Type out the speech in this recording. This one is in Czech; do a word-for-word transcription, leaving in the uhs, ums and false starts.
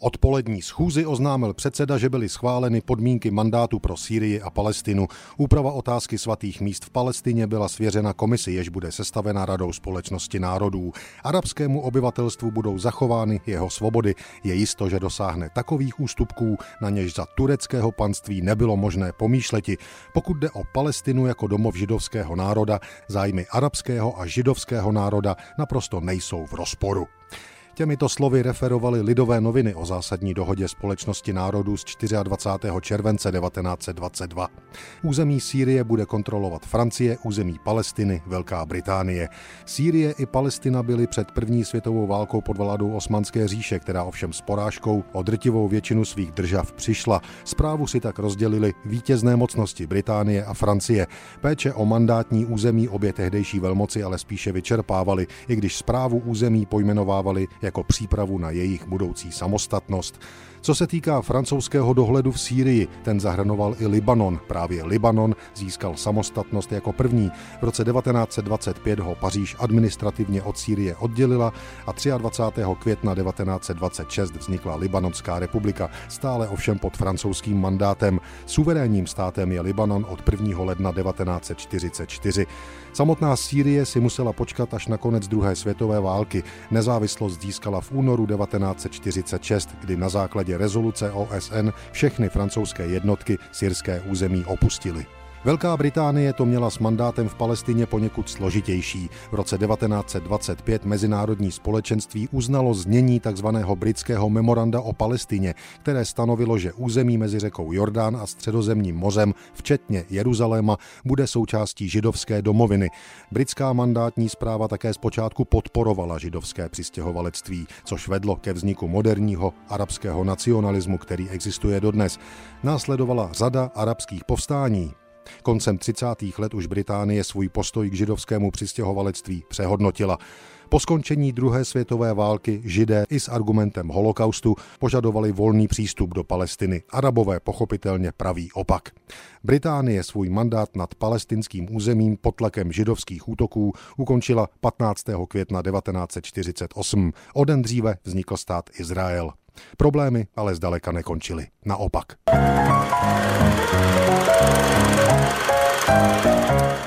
odpolední schůzi oznámil předseda, že byly schváleny podmínky mandátu pro Sýrii a Palestinu. Úprava otázky svatých míst v Palestině byla svěřena komisi, jež bude sestavena Radou společnosti národů. Arabskému obyvatelstvu budou zachovány jeho svobody. Je jisto, že dosáhne takových ústupků, na něž za tureckého panství nebylo možné pomýšleti. Pokud jde o Palestinu jako domov židovského národa, zájmy arabského a židovského národa naprosto nejsou v rozporu. Těmito slovy referovaly Lidové noviny o zásadní dohodě společnosti národů z dvacátého čtvrtého července devatenáct set dvacet dva. Území Sýrie bude kontrolovat Francie, území Palestiny Velká Británie. Sýrie i Palestina byly před první světovou válkou pod vládou Osmanské říše, která ovšem s porážkou o drtivou většinu svých držav přišla. Správu si tak rozdělili vítězné mocnosti Británie a Francie. Péče o mandátní území obě tehdejší velmoci ale spíše vyčerpávaly, i když správu území pojmenovávali jako přípravu na jejich budoucí samostatnost. Co se týká francouzského dohledu v Sýrii, ten zahrnoval i Libanon. Právě Libanon získal samostatnost jako první. V roce devatenáct set dvacet pět ho Paříž administrativně od Sýrie oddělila a dvacátého třetího května devatenáct set dvacet šest vznikla Libanonská republika, stále ovšem pod francouzským mandátem. Suverénním státem je Libanon od prvního ledna devatenáct set čtyřicet čtyři. Samotná Sýrie si musela počkat až na konec druhé světové války. Nezávislost získala v únoru devatenáct set čtyřicet šest, kdy na základě rezoluce O S N všechny francouzské jednotky syrské území opustily. Velká Británie to měla s mandátem v Palestině poněkud složitější. V roce devatenáct set dvacet pět mezinárodní společenství uznalo znění tzv. Britského memoranda o Palestině, které stanovilo, že území mezi řekou Jordán a Středozemním mořem, včetně Jeruzaléma, bude součástí židovské domoviny. Britská mandátní správa také zpočátku podporovala židovské přistěhovalectví, což vedlo ke vzniku moderního arabského nacionalismu, který existuje dodnes. Následovala řada arabských povstání. Koncem třicátých let už Británie svůj postoj k židovskému přistěhovalectví přehodnotila. Po skončení druhé světové války Židé i s argumentem holokaustu požadovali volný přístup do Palestiny. Arabové pochopitelně praví opak. Británie svůj mandát nad palestinským územím pod tlakem židovských útoků ukončila patnáctého května devatenáct set čtyřicet osm. O den dříve vznikl stát Izrael. Problémy ale zdaleka nekončily. Naopak.